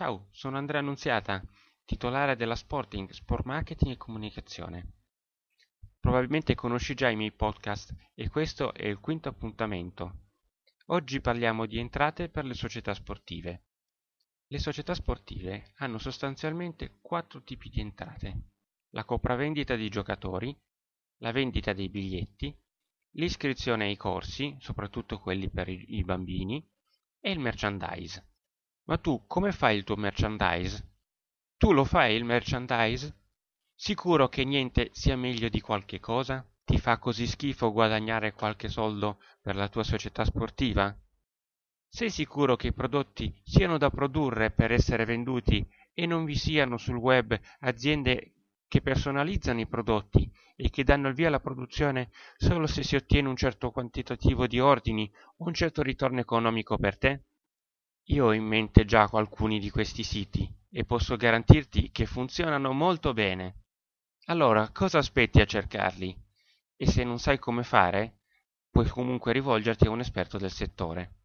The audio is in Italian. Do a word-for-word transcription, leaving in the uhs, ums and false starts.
Ciao, sono Andrea Annunziata, titolare della Sporting Sport Marketing e Comunicazione. Probabilmente conosci già i miei podcast e questo è il quinto appuntamento. Oggi parliamo di entrate per le società sportive. Le società sportive hanno sostanzialmente quattro tipi di entrate: la compravendita di giocatori, la vendita dei biglietti, l'iscrizione ai corsi, soprattutto quelli per i i bambini, e il merchandise. Ma tu come fai il tuo merchandise? Tu lo fai il merchandise? Sicuro che niente sia meglio di qualche cosa? Ti fa così schifo guadagnare qualche soldo per la tua società sportiva? Sei sicuro che i prodotti siano da produrre per essere venduti e non vi siano sul web aziende che personalizzano i prodotti e che danno il via alla produzione solo se si ottiene un certo quantitativo di ordini o un certo ritorno economico per te? Io ho in mente già alcuni di questi siti e posso garantirti che funzionano molto bene. Allora, cosa aspetti a cercarli? E se non sai come fare, puoi comunque rivolgerti a un esperto del settore.